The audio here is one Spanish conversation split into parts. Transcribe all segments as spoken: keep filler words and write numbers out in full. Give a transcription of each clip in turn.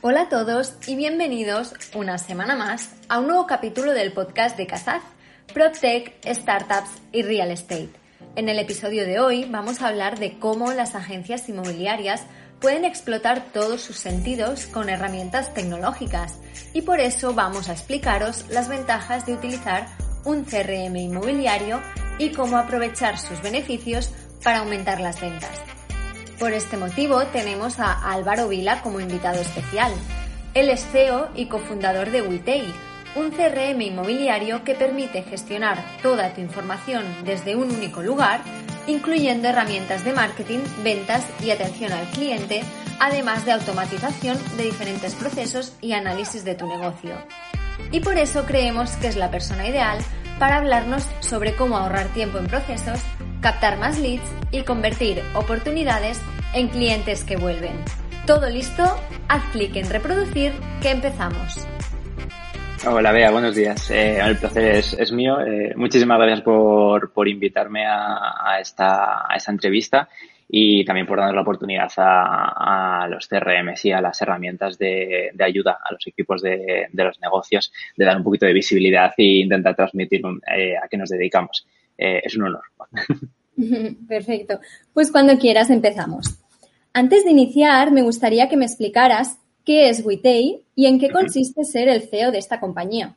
Hola a todos y bienvenidos una semana más a un nuevo capítulo del podcast de Casaz, PropTech, Startups y Real Estate. En el episodio de hoy vamos a hablar de cómo las agencias inmobiliarias pueden explotar todos sus sentidos con herramientas tecnológicas y por eso vamos a explicaros las ventajas de utilizar un C R M inmobiliario y cómo aprovechar sus beneficios para aumentar las ventas. Por este motivo tenemos a Álvaro Vila como invitado especial. Él es C E O y cofundador de Witei, un C R M inmobiliario que permite gestionar toda tu información desde un único lugar, incluyendo herramientas de marketing, ventas y atención al cliente, además de automatización de diferentes procesos y análisis de tu negocio. Y por eso creemos que es la persona ideal para hablarnos sobre cómo ahorrar tiempo en procesos, captar más leads y convertir oportunidades en clientes que vuelven. ¿Todo listo? Haz clic en reproducir, que empezamos. Hola Bea, buenos días. Eh, el placer es, es mío. Eh, muchísimas gracias por, por invitarme a, a, esta, a esta entrevista y también por darnos la oportunidad a, a los C R Ms y a las herramientas de, de ayuda a los equipos de, de los negocios, de dar un poquito de visibilidad e intentar transmitir eh, a qué nos dedicamos. Eh, es un honor. Perfecto. Pues cuando quieras empezamos. Antes de iniciar, me gustaría que me explicaras qué es Witei y en qué consiste ser el C E O de esta compañía.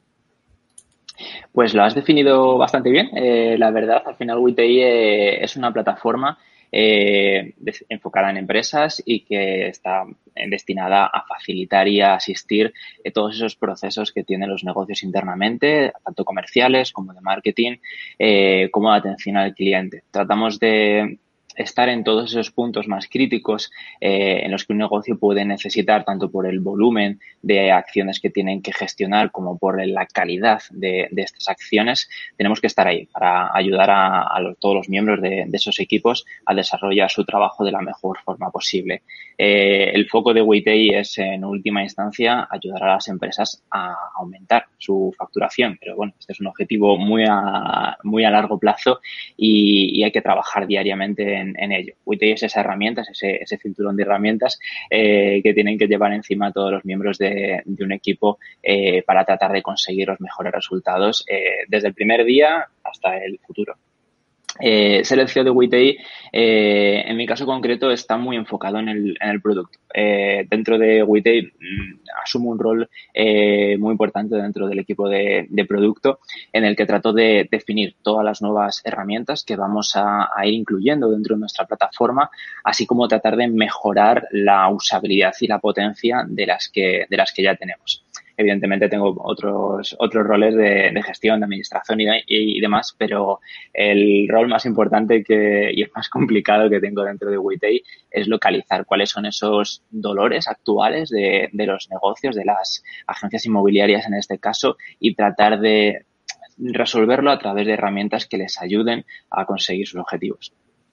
Pues lo has definido bastante bien. Eh, la verdad, al final Witei eh, es una plataforma eh, enfocada en empresas y que está destinada a facilitar y a asistir en todos esos procesos que tienen los negocios internamente, tanto comerciales como de marketing, eh, como de atención al cliente. Tratamos de estar en todos esos puntos más críticos eh, en los que un negocio puede necesitar, tanto por el volumen de acciones que tienen que gestionar como por la calidad de, de estas acciones. Tenemos que estar ahí para ayudar a, a los, todos los miembros de, de esos equipos a desarrollar su trabajo de la mejor forma posible. Eh, el foco de Witei es, en última instancia, ayudar a las empresas a aumentar su facturación. Pero bueno, este es un objetivo muy a, muy a largo plazo y, y hay que trabajar diariamente en En, en ello. Witei es esa herramienta, es ese, ese cinturón de herramientas eh, que tienen que llevar encima todos los miembros de, de un equipo eh, para tratar de conseguir los mejores resultados eh, desde el primer día hasta el futuro. Eh, ser el C E O de Witei, eh, en mi caso concreto, está muy enfocado en el, en el producto. Eh, dentro de Witei mmm, asumo un rol eh, muy importante dentro del equipo de, de producto en el que trato de definir todas las nuevas herramientas que vamos a, a ir incluyendo dentro de nuestra plataforma, así como tratar de mejorar la usabilidad y la potencia de las que, de las que ya tenemos. Evidentemente tengo otros otros roles de, de gestión, de administración y, de, y demás, pero el rol más importante que, y el más complicado que tengo dentro de Witei es localizar cuáles son esos dolores actuales de, de los negocios, de las agencias inmobiliarias en este caso, y tratar de resolverlo a través de herramientas que les ayuden a conseguir sus objetivos.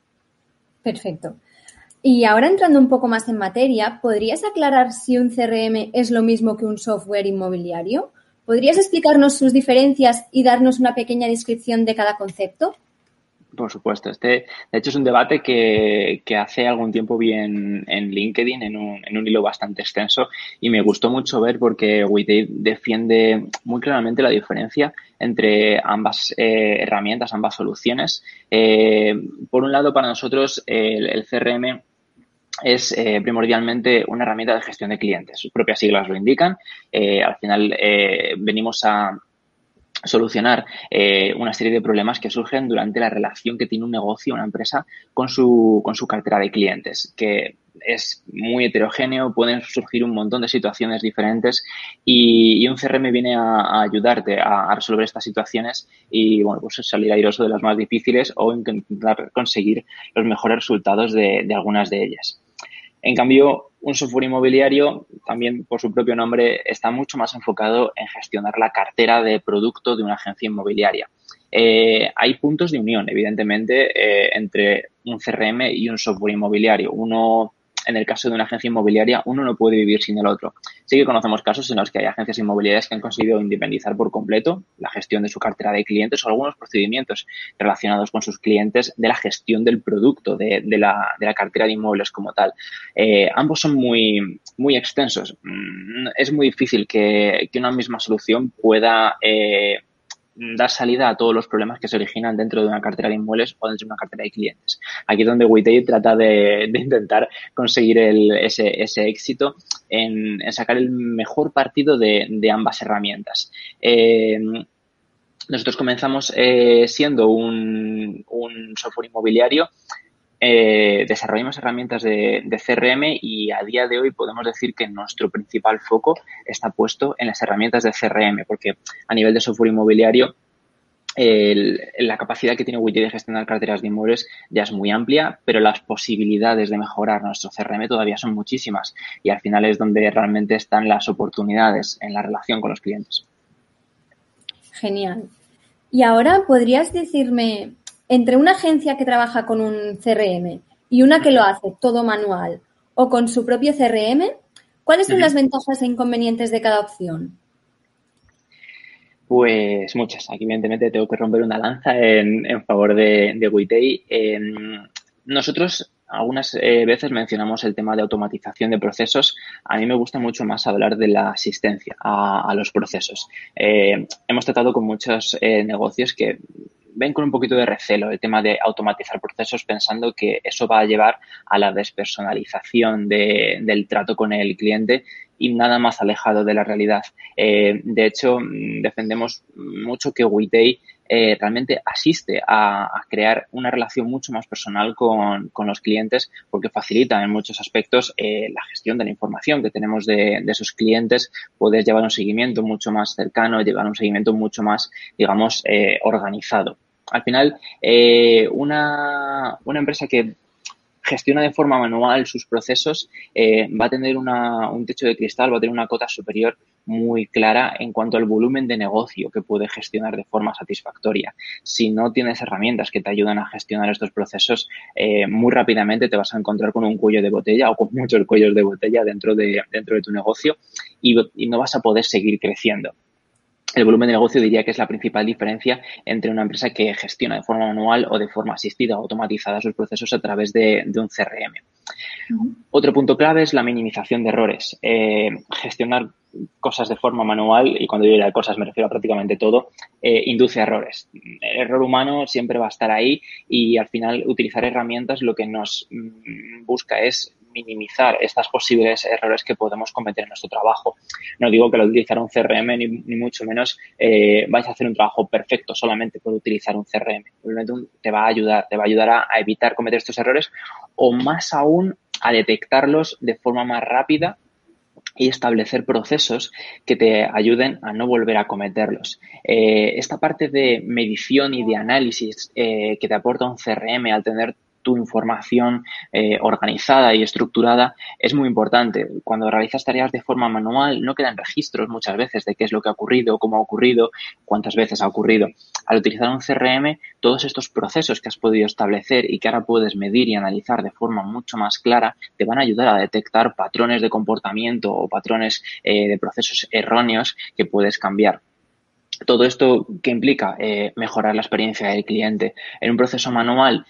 Perfecto. Y ahora entrando un poco más en materia, ¿podrías aclarar si un C R M es lo mismo que un software inmobiliario? ¿Podrías explicarnos sus diferencias y darnos una pequeña descripción de cada concepto? Por supuesto. Este, de hecho, es un debate que, que hace algún tiempo vi en, en LinkedIn, en un, en un hilo bastante extenso, y me gustó mucho ver porque Witei defiende muy claramente la diferencia entre ambas eh, herramientas, ambas soluciones. Eh, por un lado, para nosotros, el, el C R M es eh, primordialmente una herramienta de gestión de clientes. Sus propias siglas lo indican. Eh, al final, eh, venimos a solucionar eh, una serie de problemas que surgen durante la relación que tiene un negocio, una empresa, con su, con su cartera de clientes, que es muy heterogéneo, pueden surgir un montón de situaciones diferentes y, y un C R M viene a, a ayudarte a, a resolver estas situaciones y, bueno, pues salir airoso de las más difíciles o intentar conseguir los mejores resultados de, de algunas de ellas. En cambio, un software inmobiliario, también por su propio nombre, está mucho más enfocado en gestionar la cartera de producto de una agencia inmobiliaria. Eh, hay puntos de unión, evidentemente, eh, entre un C R M y un software inmobiliario. Uno en el caso de una agencia inmobiliaria, uno no puede vivir sin el otro. Sí que conocemos casos en los que hay agencias inmobiliarias que han conseguido independizar por completo la gestión de su cartera de clientes o algunos procedimientos relacionados con sus clientes de la gestión del producto, de, de, la, de la cartera de inmuebles como tal. Eh, ambos son muy, muy extensos. Es muy difícil que, que una misma solución pueda eh, dar salida a todos los problemas que se originan dentro de una cartera de inmuebles o dentro de una cartera de clientes. Aquí es donde WeTake trata de, de intentar conseguir el, ese, ese éxito en, en sacar el mejor partido de, de ambas herramientas. Eh, nosotros comenzamos eh, siendo un, un software inmobiliario. Eh, desarrollamos herramientas de, de C R M y a día de hoy podemos decir que nuestro principal foco está puesto en las herramientas de C R M, porque a nivel de software inmobiliario el, la capacidad que tiene WeTake de gestionar carteras de inmuebles ya es muy amplia, pero las posibilidades de mejorar nuestro C R M todavía son muchísimas y al final es donde realmente están las oportunidades en la relación con los clientes. Genial. Y ahora, ¿podrías decirme, entre una agencia que trabaja con un C R M y una que lo hace todo manual o con su propio C R M, cuáles son uh-huh. las ventajas e inconvenientes de cada opción? Pues muchas. Aquí, evidentemente, tengo que romper una lanza en, en favor de, de WeTake. Eh, nosotros algunas eh, veces mencionamos el tema de automatización de procesos. A mí me gusta mucho más hablar de la asistencia a, a los procesos. Eh, hemos tratado con muchos eh, negocios que ven con un poquito de recelo el tema de automatizar procesos pensando que eso va a llevar a la despersonalización de, del trato con el cliente y nada más alejado de la realidad. Eh, de hecho, defendemos mucho que WeTake eh, realmente asiste a, a crear una relación mucho más personal con, con los clientes porque facilita en muchos aspectos eh, la gestión de la información que tenemos de, de sus clientes, poder llevar un seguimiento mucho más cercano, llevar un seguimiento mucho más, digamos, eh, organizado. Al final, eh, una, una empresa que gestiona de forma manual sus procesos eh, va a tener una, un techo de cristal, va a tener una cota superior muy clara en cuanto al volumen de negocio que puede gestionar de forma satisfactoria. Si no tienes herramientas que te ayudan a gestionar estos procesos, eh, muy rápidamente te vas a encontrar con un cuello de botella o con muchos cuellos de botella dentro de, dentro de tu negocio y, y no vas a poder seguir creciendo. El volumen de negocio diría que es la principal diferencia entre una empresa que gestiona de forma manual o de forma asistida o automatizada sus procesos a través de, de un C R M. Uh-huh. Otro punto clave es la minimización de errores. Eh, gestionar cosas de forma manual, y cuando digo de cosas me refiero a prácticamente todo, eh, induce a errores. El error humano siempre va a estar ahí y al final utilizar herramientas lo que nos mm, busca es minimizar estas posibles errores que podemos cometer en nuestro trabajo. No digo que al utilizar un C R M ni, ni mucho menos eh, vais a hacer un trabajo perfecto solamente por utilizar un C R M. Obviamente te va a ayudar, te va a ayudar a, a evitar cometer estos errores o más aún a detectarlos de forma más rápida y establecer procesos que te ayuden a no volver a cometerlos. Eh, esta parte de medición y de análisis eh, que te aporta un C R M al tener tu información eh, organizada y estructurada es muy importante. Cuando realizas tareas de forma manual no quedan registros muchas veces de qué es lo que ha ocurrido, cómo ha ocurrido, cuántas veces ha ocurrido. Al utilizar un C R M, todos estos procesos que has podido establecer y que ahora puedes medir y analizar de forma mucho más clara te van a ayudar a detectar patrones de comportamiento o patrones eh, de procesos erróneos que puedes cambiar. Todo esto, ¿qué implica? Eh, mejorar la experiencia del cliente. En un proceso manual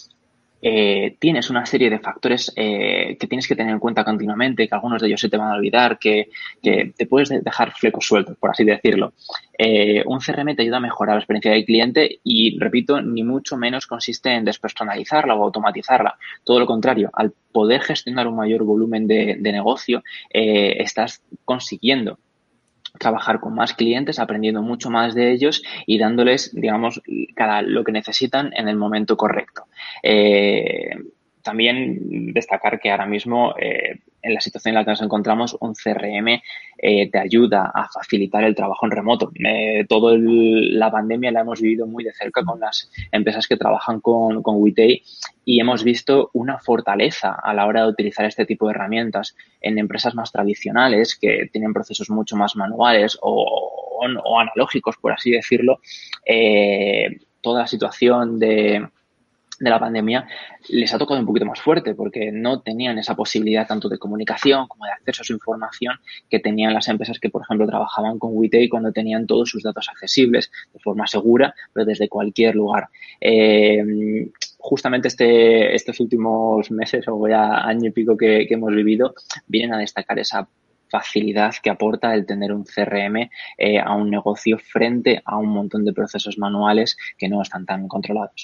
Eh, tienes una serie de factores eh, que tienes que tener en cuenta continuamente, que algunos de ellos se te van a olvidar, que, que te puedes dejar flecos sueltos, por así decirlo. Eh, un C R M te ayuda a mejorar la experiencia del cliente y, repito, ni mucho menos consiste en despersonalizarla o automatizarla. Todo lo contrario, al poder gestionar un mayor volumen de, de negocio, eh, estás consiguiendo trabajar con más clientes, aprendiendo mucho más de ellos y dándoles, digamos, cada lo que necesitan en el momento correcto. Eh, también destacar que ahora mismo, eh, en la situación en la que nos encontramos, un C R M eh, te ayuda a facilitar el trabajo en remoto. Eh, toda la pandemia la hemos vivido muy de cerca con las empresas que trabajan con, con WeTake y hemos visto una fortaleza a la hora de utilizar este tipo de herramientas en empresas más tradicionales que tienen procesos mucho más manuales o, o, o analógicos, por así decirlo. Eh, toda la situación de de la pandemia les ha tocado un poquito más fuerte porque no tenían esa posibilidad tanto de comunicación como de acceso a su información que tenían las empresas que, por ejemplo, trabajaban con WeTake cuando tenían todos sus datos accesibles de forma segura, pero desde cualquier lugar. Eh, justamente este, estos últimos meses o ya año y pico que, que hemos vivido vienen a destacar esa facilidad que aporta el tener un C R M eh, a un negocio frente a un montón de procesos manuales que no están tan controlados.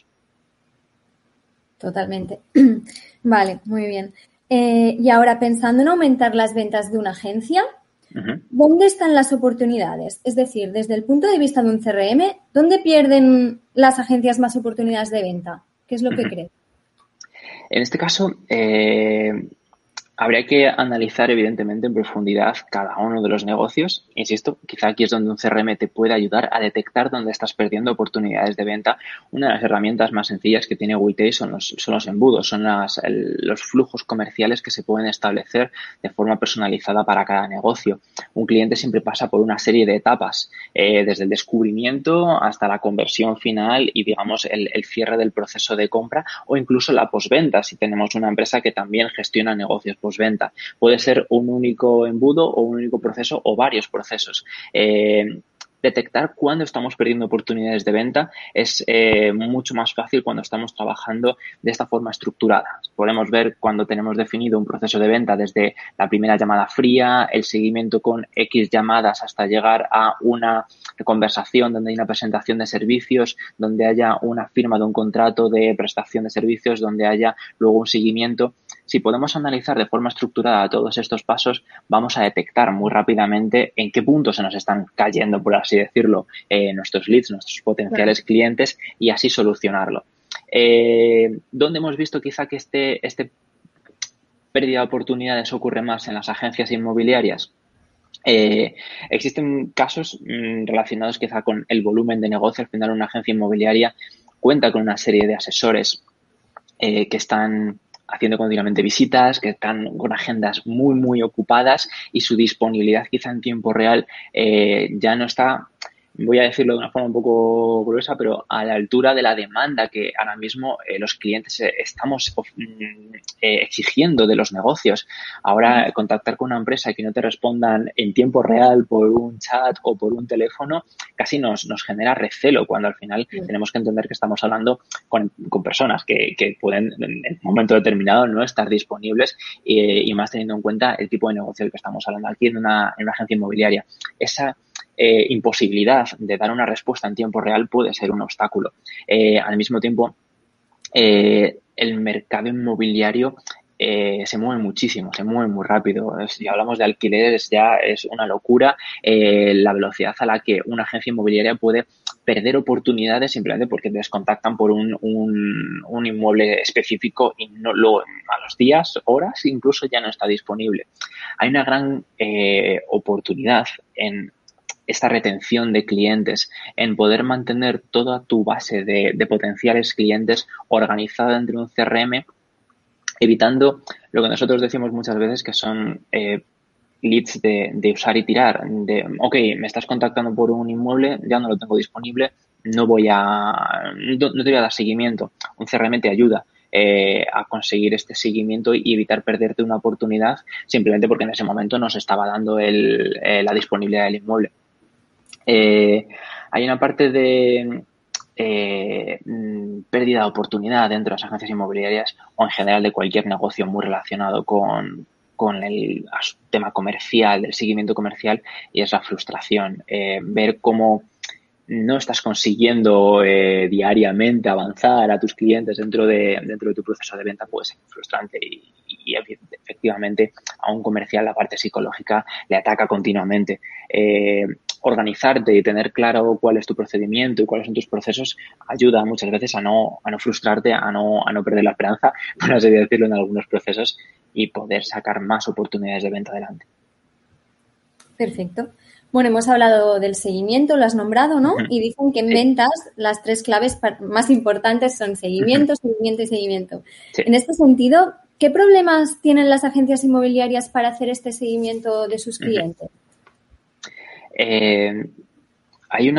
Totalmente. Vale, muy bien. Eh, y ahora, pensando en aumentar las ventas de una agencia, uh-huh. ¿dónde están las oportunidades? Es decir, desde el punto de vista de un C R M, ¿dónde pierden las agencias más oportunidades de venta? ¿Qué es lo que uh-huh. crees? En este caso, eh, habría que analizar, evidentemente, en profundidad cada uno de los negocios. Insisto, quizá aquí es donde un C R M te puede ayudar a detectar dónde estás perdiendo oportunidades de venta. Una de las herramientas más sencillas que tiene WeTake son los, son los embudos, son las, el, los flujos comerciales que se pueden establecer de forma personalizada para cada negocio. Un cliente siempre pasa por una serie de etapas, eh, desde el descubrimiento hasta la conversión final y, digamos, el, el cierre del proceso de compra o incluso la postventa, si tenemos una empresa que también gestiona negocios postventa. Puede ser un único embudo o un único proceso o varios procesos. Eh, detectar cuándo estamos perdiendo oportunidades de venta es eh, mucho más fácil cuando estamos trabajando de esta forma estructurada. Podemos ver cuando tenemos definido un proceso de venta desde la primera llamada fría, el seguimiento con X llamadas hasta llegar a una conversación donde hay una presentación de servicios, donde haya una firma de un contrato de prestación de servicios, donde haya luego un seguimiento. Si podemos analizar de forma estructurada todos estos pasos, vamos a detectar muy rápidamente en qué punto se nos están cayendo, por así decirlo, eh, nuestros leads, nuestros potenciales clientes y así solucionarlo. Eh, ¿Dónde hemos visto quizá que este, este pérdida de oportunidades ocurre más en las agencias inmobiliarias? Eh, existen casos mmm, relacionados quizá con el volumen de negocio. Al final, una agencia inmobiliaria cuenta con una serie de asesores eh, que están haciendo continuamente visitas, que están con agendas muy, muy ocupadas y su disponibilidad quizá en tiempo real eh, ya no está, voy a decirlo de una forma un poco gruesa, pero a la altura de la demanda que ahora mismo eh, los clientes eh, estamos eh, exigiendo de los negocios. Ahora, contactar con una empresa y que no te respondan en tiempo real por un chat o por un teléfono casi nos, nos genera recelo, cuando al final sí. tenemos que entender que estamos hablando con, con personas que, que pueden en un momento determinado no estar disponibles eh, y más teniendo en cuenta el tipo de negocio del que estamos hablando aquí en una, en una agencia inmobiliaria. Esa Eh, imposibilidad de dar una respuesta en tiempo real puede ser un obstáculo. Eh, al mismo tiempo, eh, el mercado inmobiliario eh, se mueve muchísimo, se mueve muy rápido. Si hablamos de alquileres ya es una locura eh, la velocidad a la que una agencia inmobiliaria puede perder oportunidades simplemente porque les contactan por un, un, un inmueble específico y no luego a los días, horas, incluso ya no está disponible. Hay una gran eh, oportunidad en esta retención de clientes, en poder mantener toda tu base de, de potenciales clientes organizada entre un C R M, evitando lo que nosotros decimos muchas veces que son eh, leads de, de usar y tirar. De, ok, me estás contactando por un inmueble, ya no lo tengo disponible, no voy a, no, no te voy a dar seguimiento. Un C R M te ayuda Eh, a conseguir este seguimiento y evitar perderte una oportunidad simplemente porque en ese momento no se estaba dando el, eh, la disponibilidad del inmueble. Eh, hay una parte de eh, pérdida de oportunidad dentro de las agencias inmobiliarias o en general de cualquier negocio muy relacionado con, con el tema comercial, del seguimiento comercial, y es la frustración. Eh, ver cómo no estás consiguiendo eh, diariamente avanzar a tus clientes dentro de, dentro de tu proceso de venta puede ser frustrante y, y efectivamente a un comercial la parte psicológica le ataca continuamente. Eh, organizarte y tener claro cuál es tu procedimiento y cuáles son tus procesos ayuda muchas veces a no, a no frustrarte, a no, a no perder la esperanza, por así decirlo, en algunos procesos y poder sacar más oportunidades de venta adelante. Perfecto. Bueno, hemos hablado del seguimiento, lo has nombrado, ¿no? Uh-huh. Y dicen que en sí. ventas las tres claves más importantes son seguimiento, uh-huh. seguimiento y seguimiento. Sí. En este sentido, ¿qué problemas tienen las agencias inmobiliarias para hacer este seguimiento de sus clientes? Uh-huh. Eh, Hay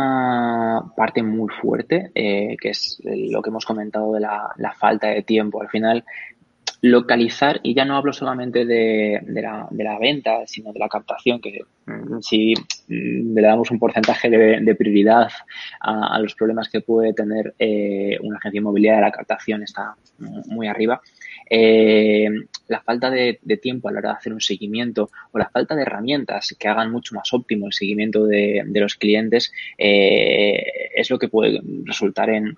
una parte muy fuerte, eh, que es lo que hemos comentado de la, la falta de tiempo. Al final, localizar, y ya no hablo solamente de, de, la, de la venta, sino de la captación, que mm, si mm, le damos un porcentaje de, de prioridad a, a los problemas que puede tener eh, una agencia inmobiliaria, la captación está muy arriba. Eh, la falta de, de tiempo a la hora de hacer un seguimiento o la falta de herramientas que hagan mucho más óptimo el seguimiento de, de los clientes eh, es lo que puede resultar en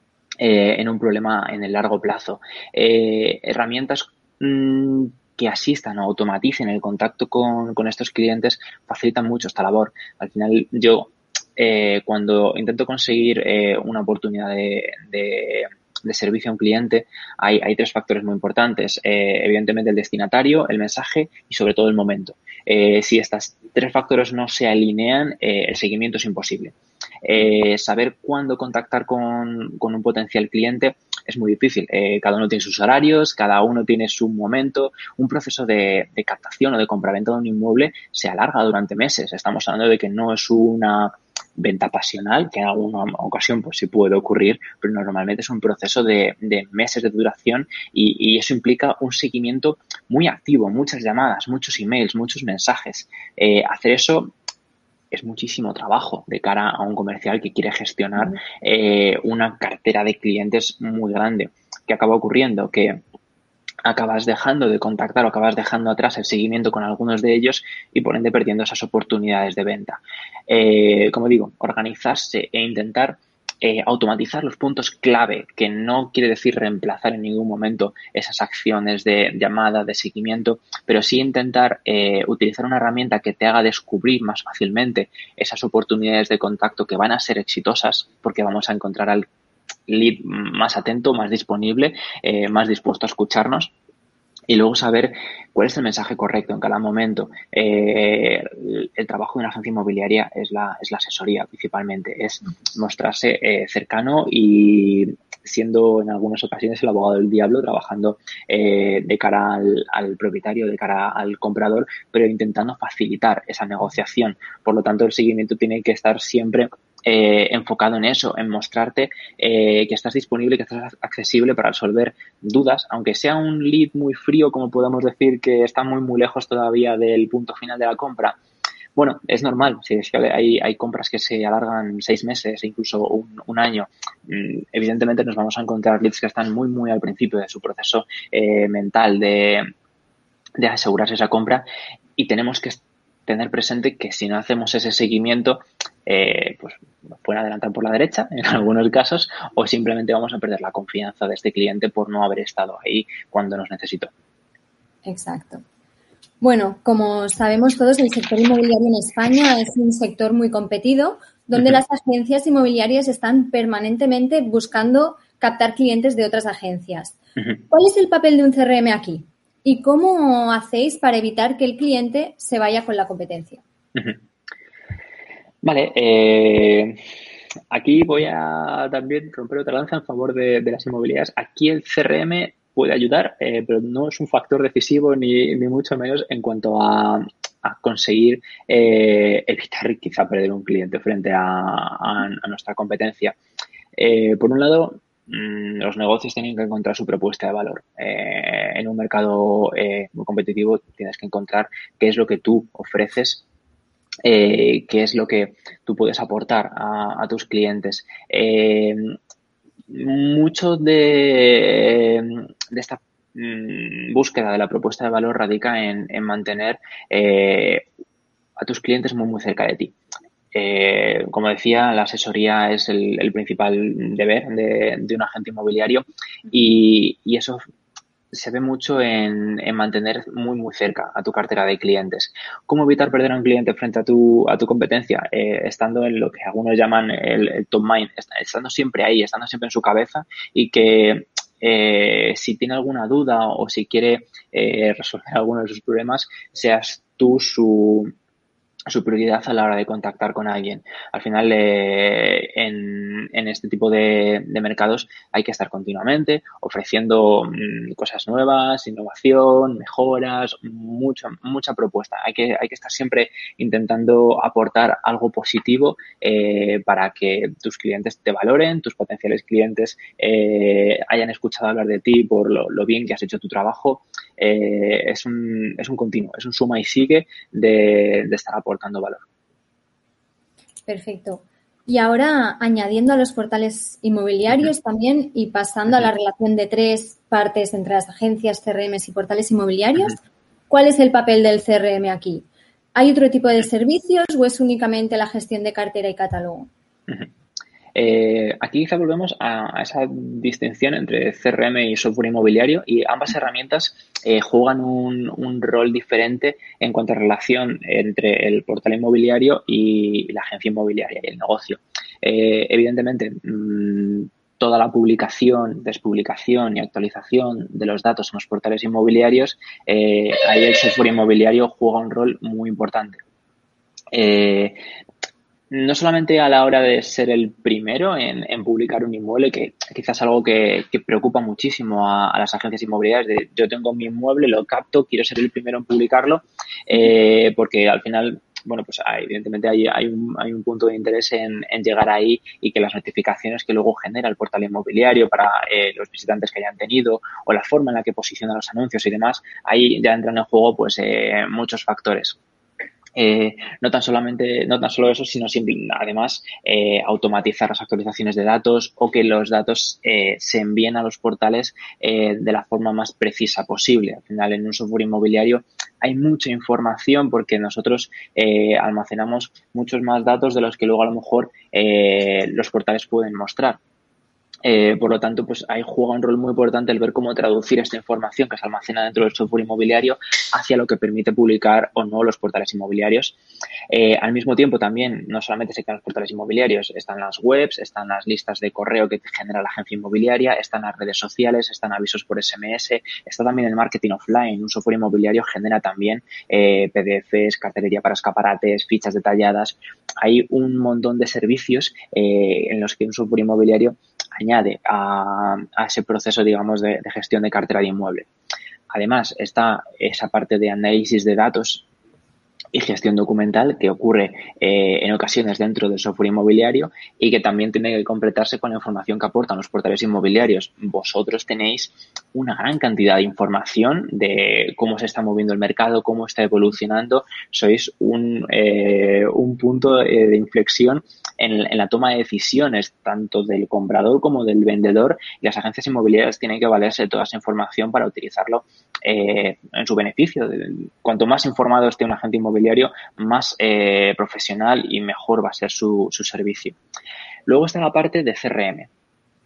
eh, en un problema en el largo plazo. Eh, herramientas mmm, que asistan o automaticen el contacto con, con estos clientes facilitan mucho esta labor. Al final, yo eh, cuando intento conseguir eh, una oportunidad de, de de servicio a un cliente, hay, hay tres factores muy importantes. Eh, evidentemente el destinatario, el mensaje y sobre todo el momento. Eh, si estos tres factores no se alinean, eh, el seguimiento es imposible. Eh, saber cuándo contactar con, con un potencial cliente es muy difícil. Eh, cada uno tiene sus horarios, cada uno tiene su momento. Un proceso de, de captación o de compraventa de un inmueble se alarga durante meses. Estamos hablando de que no es una venta pasional, que en alguna ocasión pues sí puede ocurrir, pero normalmente es un proceso de, de meses de duración y, y eso implica un seguimiento muy activo, muchas llamadas, muchos emails, muchos mensajes. Eh, hacer eso es muchísimo trabajo de cara a un comercial que quiere gestionar eh, una cartera de clientes muy grande. ¿Qué acaba ocurriendo? Que acabas dejando de contactar o acabas dejando atrás el seguimiento con algunos de ellos y por ende perdiendo esas oportunidades de venta. Eh, como digo, organizarse e intentar eh, automatizar los puntos clave, que no quiere decir reemplazar en ningún momento esas acciones de llamada, de seguimiento, pero sí intentar eh, utilizar una herramienta que te haga descubrir más fácilmente esas oportunidades de contacto que van a ser exitosas porque vamos a encontrar al lead más atento, más disponible, eh, más dispuesto a escucharnos. Y luego saber cuál es el mensaje correcto en cada momento. Eh, el, el trabajo de una agencia inmobiliaria es la, es la asesoría principalmente, es mostrarse eh, cercano y siendo en algunas ocasiones el abogado del diablo, trabajando eh, de cara al, al propietario, de cara al comprador, pero intentando facilitar esa negociación. Por lo tanto, el seguimiento tiene que estar siempre Eh, enfocado en eso, en mostrarte eh, que estás disponible, que estás accesible para resolver dudas, aunque sea un lead muy frío, como podemos decir que está muy muy lejos todavía del punto final de la compra. Bueno, es normal, si es que hay, hay compras que se alargan seis meses e incluso un, un año. Evidentemente nos vamos a encontrar leads que están muy muy al principio de su proceso eh, mental de, de asegurarse esa compra y tenemos que tener presente que si no hacemos ese seguimiento, eh, pues nos pueden adelantar por la derecha en algunos casos o simplemente vamos a perder la confianza de este cliente por no haber estado ahí cuando nos necesitó. Exacto. Bueno, como sabemos todos, el sector inmobiliario en España es un sector muy competido, donde uh-huh. las agencias inmobiliarias están permanentemente buscando captar clientes de otras agencias. Uh-huh. ¿Cuál es el papel de un C R M aquí? ¿Y cómo hacéis para evitar que el cliente se vaya con la competencia? Uh-huh. Vale, eh, aquí voy a también romper otra lanza en favor de, de las inmobiliarias. Aquí el C R M puede ayudar, eh, pero no es un factor decisivo ni, ni mucho menos en cuanto a, a conseguir eh, evitar quizá perder un cliente frente a, a, a nuestra competencia. Eh, por un lado, mmm, los negocios tienen que encontrar su propuesta de valor. Eh, en un mercado eh, muy competitivo tienes que encontrar qué es lo que tú ofreces, eh, qué es lo que tú puedes aportar a, a tus clientes. Eh, mucho de, de esta mmm, búsqueda de la propuesta de valor radica en, en mantener eh, a tus clientes muy, muy cerca de ti. Eh, como decía, la asesoría es el, el principal deber de, de un agente inmobiliario y, y eso se ve mucho en, en mantener muy, muy cerca a tu cartera de clientes. ¿Cómo evitar perder a un cliente frente a tu, a tu competencia? Eh, estando en lo que algunos llaman el, el top mind, estando siempre ahí, estando siempre en su cabeza y que eh, si tiene alguna duda o si quiere eh, resolver alguno de sus problemas, seas tú su su prioridad a la hora de contactar con alguien. Al final, eh, en, en este tipo de, de mercados hay que estar continuamente ofreciendo mmm, cosas nuevas, innovación, mejoras, mucha, mucha propuesta. Hay que, hay que estar siempre intentando aportar algo positivo eh, para que tus clientes te valoren, tus potenciales clientes eh, hayan escuchado hablar de ti por lo, lo bien que has hecho tu trabajo. Eh, es un, es un continuo, es un suma y sigue de, de estar aportando valor. Perfecto. Y ahora, añadiendo a los portales inmobiliarios uh-huh. también y pasando uh-huh. a la relación de tres partes entre las agencias, C R Ms y portales inmobiliarios, uh-huh. ¿cuál es el papel del C R M aquí? ¿Hay otro tipo de servicios o es únicamente la gestión de cartera y catálogo? Uh-huh. Eh, aquí quizá volvemos a, a esa distinción entre C R M y software inmobiliario, y ambas herramientas eh, juegan un, un rol diferente en cuanto a relación entre el portal inmobiliario y la agencia inmobiliaria y el negocio. Eh, evidentemente, mmm, toda la publicación, despublicación y actualización de los datos en los portales inmobiliarios, eh, ahí el software inmobiliario juega un rol muy importante. Eh, No solamente a la hora de ser el primero en, en publicar un inmueble, que quizás es algo que, que preocupa muchísimo a, a las agencias inmobiliarias, de yo tengo mi inmueble, lo capto, quiero ser el primero en publicarlo, eh, porque al final, bueno, pues hay, evidentemente hay, hay, un, hay un punto de interés en, en llegar ahí y que las notificaciones que luego genera el portal inmobiliario para eh, los visitantes que hayan tenido o la forma en la que posiciona los anuncios y demás, ahí ya entran en juego pues eh, muchos factores. Eh, no tan solamente, no tan solo eso, sino siempre, además, eh, automatizar las actualizaciones de datos o que los datos eh, se envíen a los portales eh, de la forma más precisa posible. Al final, en un software inmobiliario hay mucha información porque nosotros eh, almacenamos muchos más datos de los que luego a lo mejor eh, los portales pueden mostrar. Eh, por lo tanto, pues ahí juega un rol muy importante el ver cómo traducir esta información que se almacena dentro del software inmobiliario hacia lo que permite publicar o no los portales inmobiliarios. Eh, al mismo tiempo, también, no solamente se quedan los portales inmobiliarios, están las webs, están las listas de correo que genera la agencia inmobiliaria, están las redes sociales, están avisos por S M S, está también el marketing offline. Un software inmobiliario genera también eh, P D Fs, cartelería para escaparates, fichas detalladas. Hay un montón de servicios eh, en los que un software inmobiliario añade a, a ese proceso, digamos, de, de gestión de cartera de inmueble. Además, está esa parte de análisis de datos y gestión documental que ocurre eh, en ocasiones dentro del software inmobiliario y que también tiene que completarse con la información que aportan los portales inmobiliarios. Vosotros tenéis una gran cantidad de información de cómo se está moviendo el mercado, cómo está evolucionando. Sois un, eh, un punto de inflexión en, en la toma de decisiones tanto del comprador como del vendedor, y las agencias inmobiliarias tienen que valerse de toda esa información para utilizarlo eh, en su beneficio. Cuanto más informado esté un agente inmobiliario, más eh, profesional y mejor va a ser su, su servicio. Luego está la parte de C R M.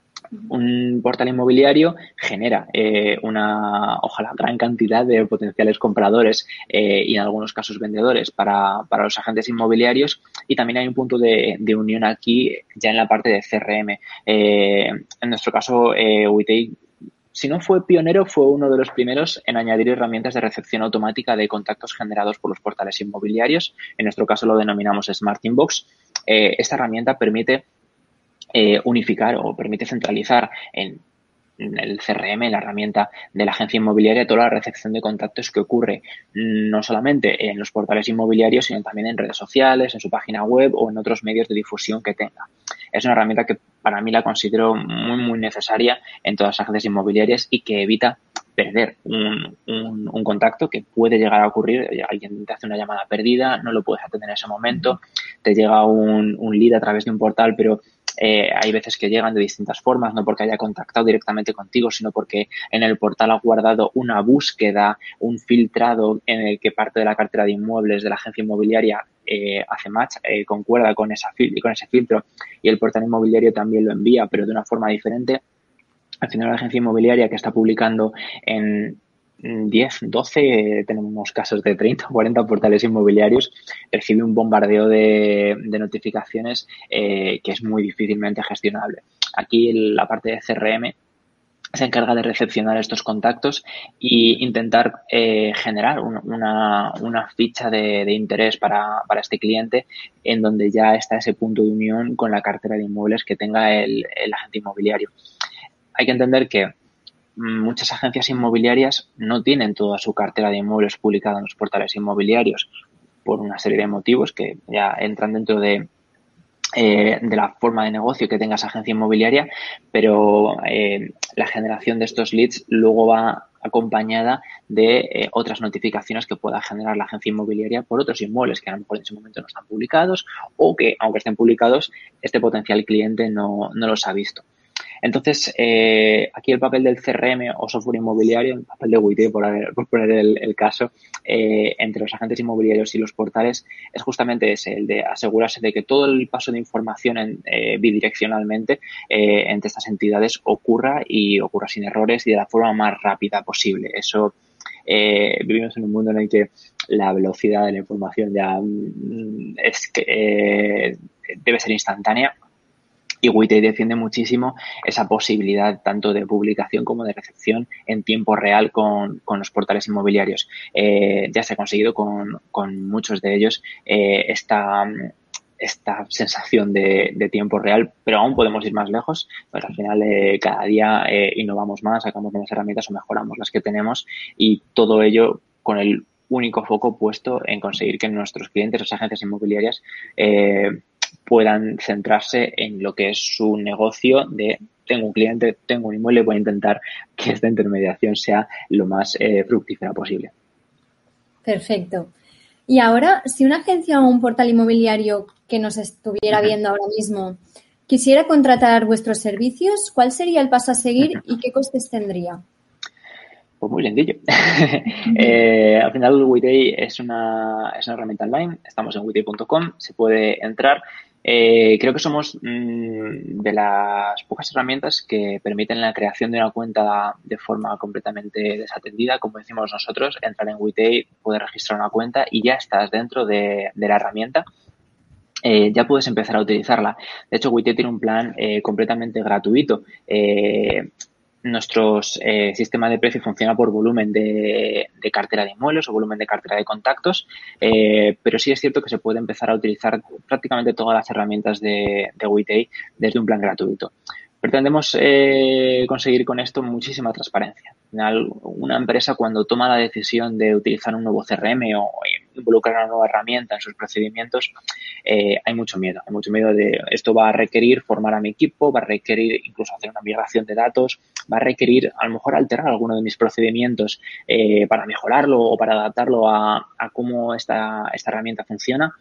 Un portal inmobiliario genera eh, una, ojalá, gran cantidad de potenciales compradores eh, y en algunos casos vendedores para, para los agentes inmobiliarios, y también hay un punto de, de unión aquí ya en la parte de C R M. Eh, en nuestro caso, eh, Witei, si no fue pionero, fue uno de los primeros en añadir herramientas de recepción automática de contactos generados por los portales inmobiliarios. En nuestro caso lo denominamos Smart Inbox. Eh, esta herramienta permite eh, unificar o permite centralizar en el C R M, en la herramienta de la agencia inmobiliaria, toda la recepción de contactos que ocurre no solamente en los portales inmobiliarios, sino también en redes sociales, en su página web o en otros medios de difusión que tenga. Es una herramienta que para mí la considero muy, muy necesaria en todas las agencias inmobiliarias y que evita perder un, un, un contacto que puede llegar a ocurrir. Alguien te hace una llamada perdida, no lo puedes atender en ese momento, te llega un, un lead a través de un portal, pero Eh, hay veces que llegan de distintas formas, no porque haya contactado directamente contigo, sino porque en el portal ha guardado una búsqueda, un filtrado en el que parte de la cartera de inmuebles de la agencia inmobiliaria eh, hace match, eh, concuerda con, esa fil- con ese filtro, y el portal inmobiliario también lo envía, pero de una forma diferente. Al final, la agencia inmobiliaria que está publicando en diez, doce, tenemos casos de treinta o cuarenta portales inmobiliarios, recibe un bombardeo de, de notificaciones eh, que es muy difícilmente gestionable. Aquí la parte de C R M se encarga de recepcionar estos contactos e intentar eh, generar un, una, una ficha de, de interés para, para este cliente en donde ya está ese punto de unión con la cartera de inmuebles que tenga el, el agente inmobiliario. Hay que entender que muchas agencias inmobiliarias no tienen toda su cartera de inmuebles publicada en los portales inmobiliarios por una serie de motivos que ya entran dentro de Eh, de la forma de negocio que tenga esa agencia inmobiliaria, pero eh, la generación de estos leads luego va acompañada de eh, otras notificaciones que pueda generar la agencia inmobiliaria por otros inmuebles que a lo mejor en ese momento no están publicados o que, aunque estén publicados, este potencial cliente no, no los ha visto. Entonces, eh, aquí el papel del C R M o software inmobiliario, el papel de Witey, por, por poner el, el caso, eh, entre los agentes inmobiliarios y los portales, es justamente ese, el de asegurarse de que todo el paso de información en, eh, bidireccionalmente eh, entre estas entidades ocurra y ocurra sin errores y de la forma más rápida posible. Eso, eh, vivimos en un mundo en el que la velocidad de la información ya mm, es que eh, debe ser instantánea. Y Witey defiende muchísimo esa posibilidad tanto de publicación como de recepción en tiempo real con, con los portales inmobiliarios. Eh, ya se ha conseguido con, con muchos de ellos eh, esta, esta sensación de, de tiempo real, pero aún podemos ir más lejos. Pues al final eh, cada día eh, innovamos más, sacamos nuevas herramientas o mejoramos las que tenemos y todo ello con el único foco puesto en conseguir que nuestros clientes, las agencias inmobiliarias, eh, puedan centrarse en lo que es su negocio de tengo un cliente, tengo un inmueble, voy a intentar que esta intermediación sea lo más eh, fructífera posible. Perfecto. Y ahora, si una agencia o un portal inmobiliario que nos estuviera viendo ahora mismo quisiera contratar vuestros servicios, ¿cuál sería el paso a seguir y qué costes tendría? Pues muy sencillo. eh, al final, Witey es una, es una herramienta online. Estamos en witey punto com. Se puede entrar. Eh, creo que somos mmm, de las pocas herramientas que permiten la creación de una cuenta de forma completamente desatendida. Como decimos nosotros, entrar en Witey, poder registrar una cuenta y ya estás dentro de, de la herramienta. Eh, ya puedes empezar a utilizarla. De hecho, Witey tiene un plan eh, completamente gratuito. Eh, Nuestro eh, sistema de precio funciona por volumen de, de cartera de inmuebles o volumen de cartera de contactos, eh, pero sí es cierto que se puede empezar a utilizar prácticamente todas las herramientas de, de Witey desde un plan gratuito. Pretendemos eh, conseguir con esto muchísima transparencia. Al final, una empresa cuando toma la decisión de utilizar un nuevo C R M o involucrar una nueva herramienta en sus procedimientos, eh, hay mucho miedo. Hay mucho miedo de esto va a requerir formar a mi equipo, va a requerir incluso hacer una migración de datos, va a requerir a lo mejor alterar alguno de mis procedimientos eh, para mejorarlo o para adaptarlo a, a cómo esta, esta herramienta funciona.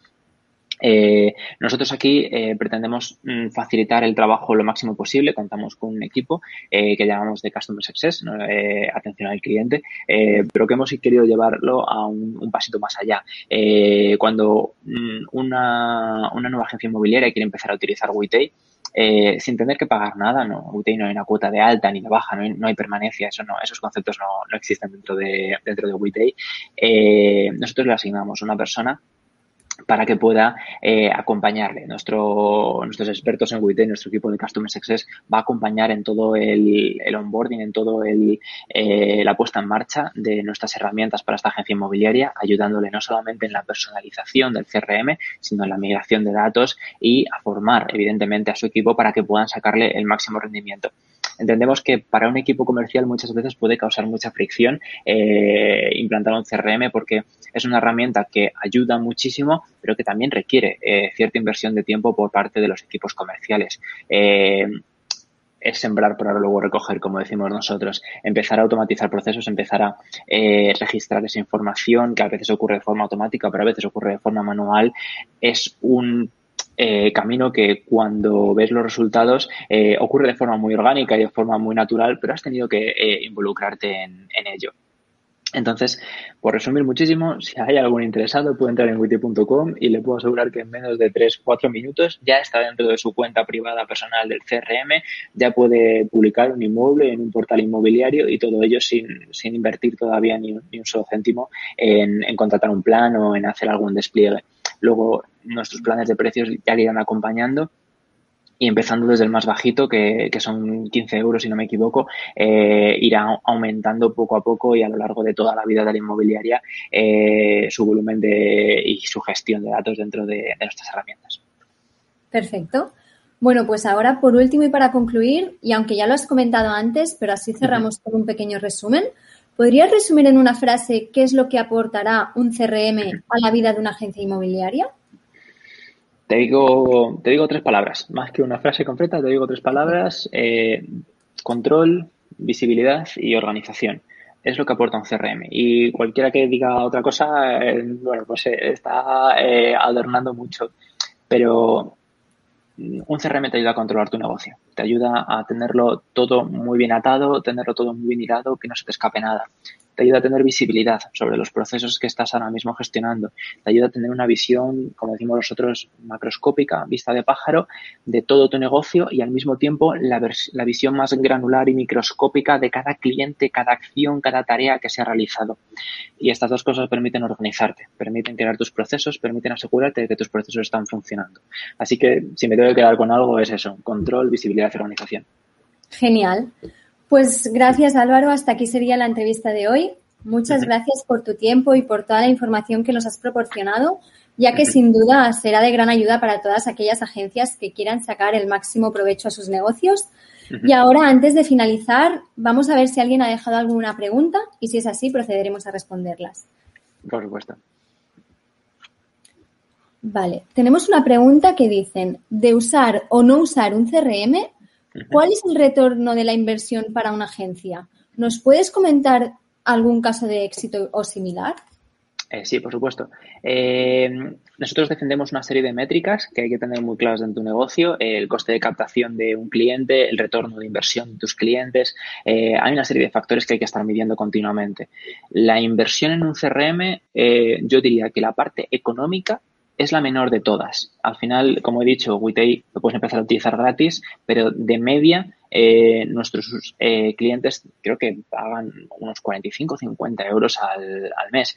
Eh, nosotros aquí eh, pretendemos mm, facilitar el trabajo lo máximo posible. Contamos con un equipo eh, que llamamos de Customer Success, ¿no? eh, atención al cliente, eh, pero que hemos querido llevarlo a un, un pasito más allá. Eh, cuando mm, una, una nueva agencia inmobiliaria quiere empezar a utilizar Witey, eh, sin tener que pagar nada, no, Witey no hay una cuota de alta ni de baja, no hay, no hay permanencia, eso no, esos conceptos no, no existen dentro de, dentro de Witey. Eh, nosotros le asignamos una persona para que pueda eh, acompañarle. Nuestro, nuestros expertos en Witey, nuestro equipo de Customer Success va a acompañar en todo el, el onboarding, en todo el, eh, la puesta en marcha de nuestras herramientas para esta agencia inmobiliaria, ayudándole no solamente en la personalización del C R M, sino en la migración de datos y a formar, evidentemente, a su equipo para que puedan sacarle el máximo rendimiento. Entendemos que para un equipo comercial muchas veces puede causar mucha fricción eh, implantar un C R M porque es una herramienta que ayuda muchísimo, pero que también requiere eh, cierta inversión de tiempo por parte de los equipos comerciales. Eh, es sembrar para luego recoger, como decimos nosotros, empezar a automatizar procesos, empezar a eh, registrar esa información que a veces ocurre de forma automática, pero a veces ocurre de forma manual. Es un Eh, camino que cuando ves los resultados eh, ocurre de forma muy orgánica y de forma muy natural, pero has tenido que eh, involucrarte en, en ello. Entonces, por resumir muchísimo, si hay algún interesado puede entrar en witey punto com y le puedo asegurar que en menos de tres cuatro minutos ya está dentro de su cuenta privada personal del C R M, ya puede publicar un inmueble en un portal inmobiliario y todo ello sin, sin invertir todavía ni, ni un solo céntimo en, en contratar un plan o en hacer algún despliegue. Luego, nuestros planes de precios ya le irán acompañando y empezando desde el más bajito, que, que son quince euros, si no me equivoco, eh, irá aumentando poco a poco y a lo largo de toda la vida de la inmobiliaria eh, su volumen de, y su gestión de datos dentro de, de nuestras herramientas. Perfecto. Bueno, pues ahora por último y para concluir, y aunque ya lo has comentado antes, pero así cerramos uh-huh. con un pequeño resumen, ¿podrías resumir en una frase qué es lo que aportará un C R M a la vida de una agencia inmobiliaria? Te digo, te digo tres palabras, más que una frase completa, te digo tres palabras, eh, control, visibilidad y organización. Es lo que aporta un C R M. Y cualquiera que diga otra cosa, eh, bueno, pues eh, está eh, adornando mucho. Pero un C R M te ayuda a controlar tu negocio, te ayuda a tenerlo todo muy bien atado, tenerlo todo muy bien hilado, que no se te escape nada. Te ayuda a tener visibilidad sobre los procesos que estás ahora mismo gestionando. Te ayuda a tener una visión, como decimos nosotros, macroscópica, vista de pájaro, de todo tu negocio y al mismo tiempo la, vers- la visión más granular y microscópica de cada cliente, cada acción, cada tarea que se ha realizado. Y estas dos cosas permiten organizarte, permiten crear tus procesos, permiten asegurarte de que tus procesos están funcionando. Así que si me tengo que quedar con algo es eso, control, visibilidad y organización. Genial. Pues gracias, Álvaro. Hasta aquí sería la entrevista de hoy. Muchas uh-huh. gracias por tu tiempo y por toda la información que nos has proporcionado, ya que uh-huh. sin duda será de gran ayuda para todas aquellas agencias que quieran sacar el máximo provecho a sus negocios. Uh-huh. Y ahora, antes de finalizar, vamos a ver si alguien ha dejado alguna pregunta y si es así, procederemos a responderlas. Por supuesto. Vale. Tenemos una pregunta que dicen, de usar o no usar un C R M, ¿cuál es el retorno de la inversión para una agencia? ¿Nos puedes comentar algún caso de éxito o similar? Eh, sí, por supuesto. Eh, nosotros defendemos una serie de métricas que hay que tener muy claras en tu negocio, eh, el coste de captación de un cliente, el retorno de inversión de tus clientes. Eh, hay una serie de factores que hay que estar midiendo continuamente. La inversión en un C R M, eh, yo diría que la parte económica es la menor de todas. Al final, como he dicho, Witei lo puedes empezar a utilizar gratis, pero de media eh, nuestros eh, clientes creo que pagan unos cuarenta y cinco o cincuenta euros al, al mes.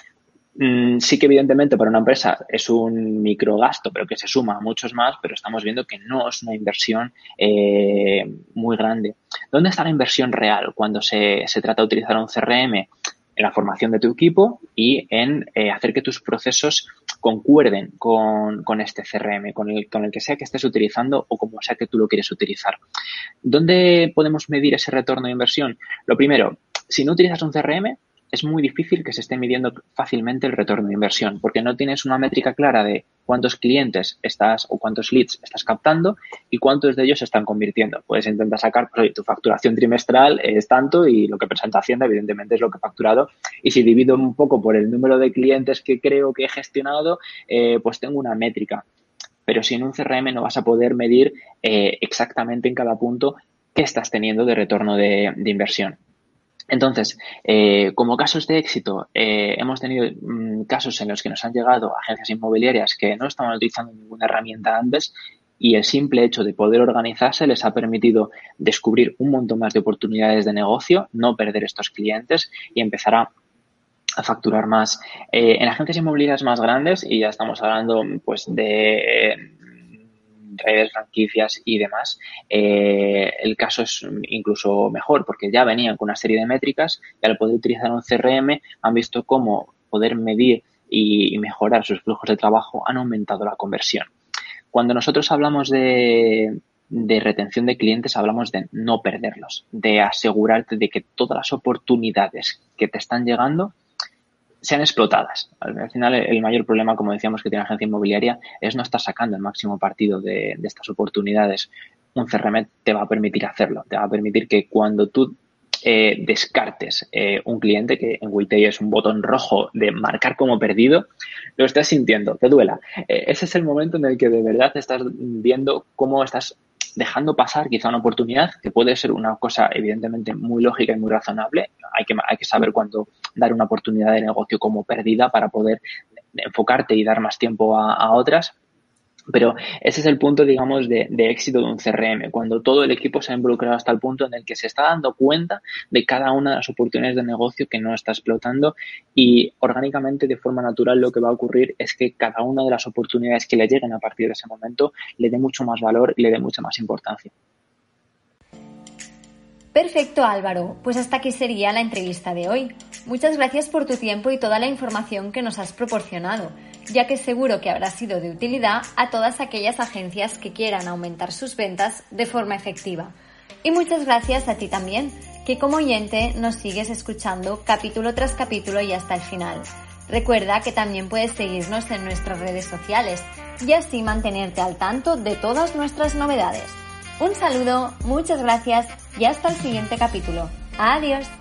Mm, sí que evidentemente para una empresa es un microgasto, pero que se suma a muchos más, pero estamos viendo que no es una inversión eh, muy grande. ¿Dónde está la inversión real cuando se, se trata de utilizar un C R M? En la formación de tu equipo y en eh, hacer que tus procesos concuerden con, con este C R M, con el, con el que sea que estés utilizando o como sea que tú lo quieres utilizar. ¿Dónde podemos medir ese retorno de inversión? Lo primero, si no utilizas un C R M, es muy difícil que se esté midiendo fácilmente el retorno de inversión porque no tienes una métrica clara de cuántos clientes estás o cuántos leads estás captando y cuántos de ellos se están convirtiendo. Puedes intentar sacar, pues, tu facturación trimestral es tanto y lo que presenta Hacienda evidentemente es lo que he facturado y si divido un poco por el número de clientes que creo que he gestionado, eh, pues tengo una métrica. Pero si en un C R M no vas a poder medir eh, exactamente en cada punto qué estás teniendo de retorno de, de inversión. Entonces, eh, como casos de éxito, eh, hemos tenido mmm, casos en los que nos han llegado agencias inmobiliarias que no estaban utilizando ninguna herramienta antes y el simple hecho de poder organizarse les ha permitido descubrir un montón más de oportunidades de negocio, no perder estos clientes y empezar a a facturar más. Eh, en agencias inmobiliarias más grandes, y ya estamos hablando pues de redes, franquicias y demás, eh, el caso es incluso mejor porque ya venían con una serie de métricas y al poder utilizar un C R M han visto cómo poder medir y mejorar sus flujos de trabajo han aumentado la conversión. Cuando nosotros hablamos de, de retención de clientes, hablamos de no perderlos, de asegurarte de que todas las oportunidades que te están llegando sean explotadas. Al final, el mayor problema, como decíamos, que tiene la agencia inmobiliaria es no estar sacando el máximo partido de, de estas oportunidades. Un C R M te va a permitir hacerlo, te va a permitir que cuando tú eh, descartes eh, un cliente, que en Witei es un botón rojo de marcar como perdido, lo estás sintiendo, te duela. Eh, ese es el momento en el que de verdad estás viendo cómo estás dejando pasar quizá una oportunidad que puede ser una cosa evidentemente muy lógica y muy razonable. Hay que, hay que saber cuándo dar una oportunidad de negocio como perdida para poder enfocarte y dar más tiempo a, a otras. Pero ese es el punto, digamos, de, de éxito de un C R M, cuando todo el equipo se ha involucrado hasta el punto en el que se está dando cuenta de cada una de las oportunidades de negocio que no está explotando, y orgánicamente, de forma natural, lo que va a ocurrir es que cada una de las oportunidades que le lleguen a partir de ese momento le dé mucho más valor y le dé mucha más importancia. Perfecto, Álvaro. Pues hasta aquí sería la entrevista de hoy. Muchas gracias por tu tiempo y toda la información que nos has proporcionado, ya que seguro que habrá sido de utilidad a todas aquellas agencias que quieran aumentar sus ventas de forma efectiva. Y muchas gracias a ti también, que como oyente nos sigues escuchando capítulo tras capítulo y hasta el final. Recuerda que también puedes seguirnos en nuestras redes sociales y así mantenerte al tanto de todas nuestras novedades. Un saludo, muchas gracias y hasta el siguiente capítulo. Adiós.